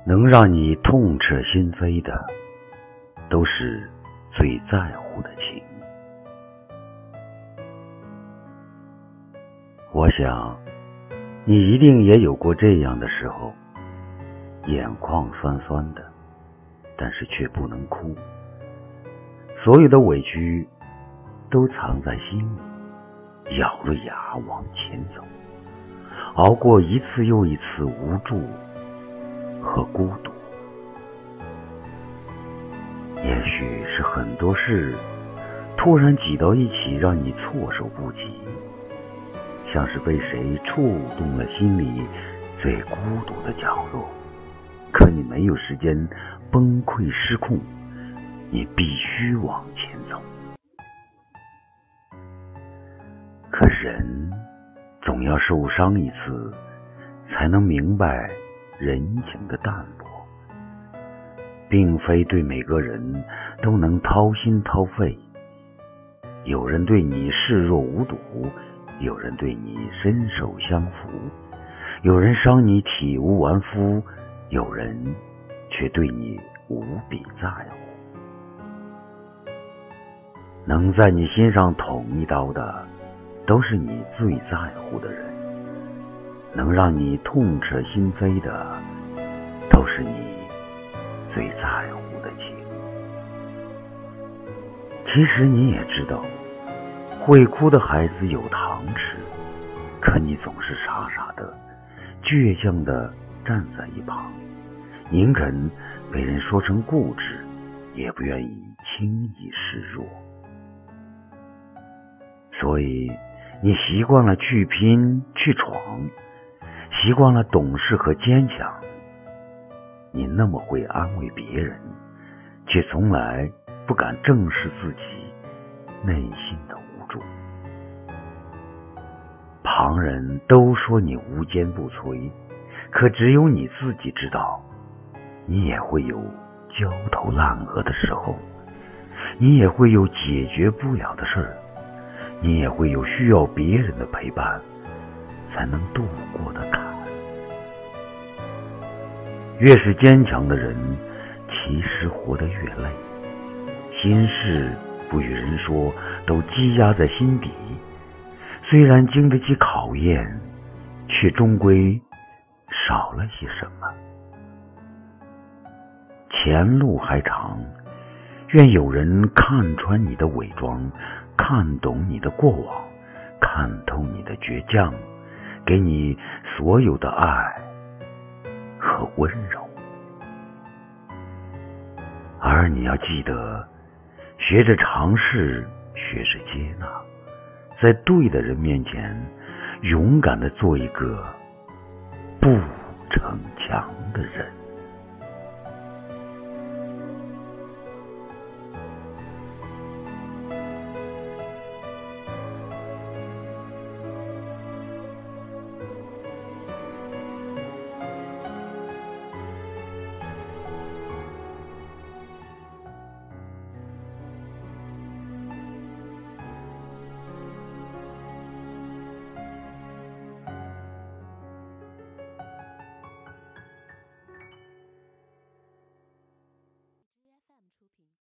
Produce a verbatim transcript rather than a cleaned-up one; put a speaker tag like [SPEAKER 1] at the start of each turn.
[SPEAKER 1] 能让你痛彻心扉的，都是最在乎的情。我想，你一定也有过这样的时候，眼眶酸酸的，但是却不能哭。所有的委屈都藏在心里，咬着牙往前走，熬过一次又一次无助和孤独。也许是很多事突然挤到一起，让你措手不及，像是被谁触动了心里最孤独的角落。可你没有时间崩溃失控，你必须往前走。可人总要受伤一次，才能明白人情的淡薄。并非对每个人都能掏心掏肺，有人对你视若无睹，有人对你伸手相扶，有人伤你体无完肤，有人却对你无比在乎。能在你心上捅一刀的，都是你最在乎的人；能让你痛彻心扉的，都是你最在乎的情。其实你也知道，会哭的孩子有糖吃，可你总是傻傻的、倔强的站在一旁，宁肯被人说成固执，也不愿意轻易示弱。所以你习惯了去拼去闯，习惯了懂事和坚强。你那么会安慰别人，却从来不敢正视自己内心的无助。旁人都说你无坚不摧，可只有你自己知道，你也会有焦头烂额的时候，你也会有解决不了的事儿，你也会有需要别人的陪伴才能度过的坎。越是坚强的人，其实活得越累，心事不与人说，都积压在心底，虽然经得起考验，却终归少了些什么。前路还长，愿有人看穿你的伪装，看懂你的过往，看透你的倔强，给你所有的爱和温柔。而你要记得，学着尝试，学着接纳，在对的人面前，勇敢地做一个不逞强的人。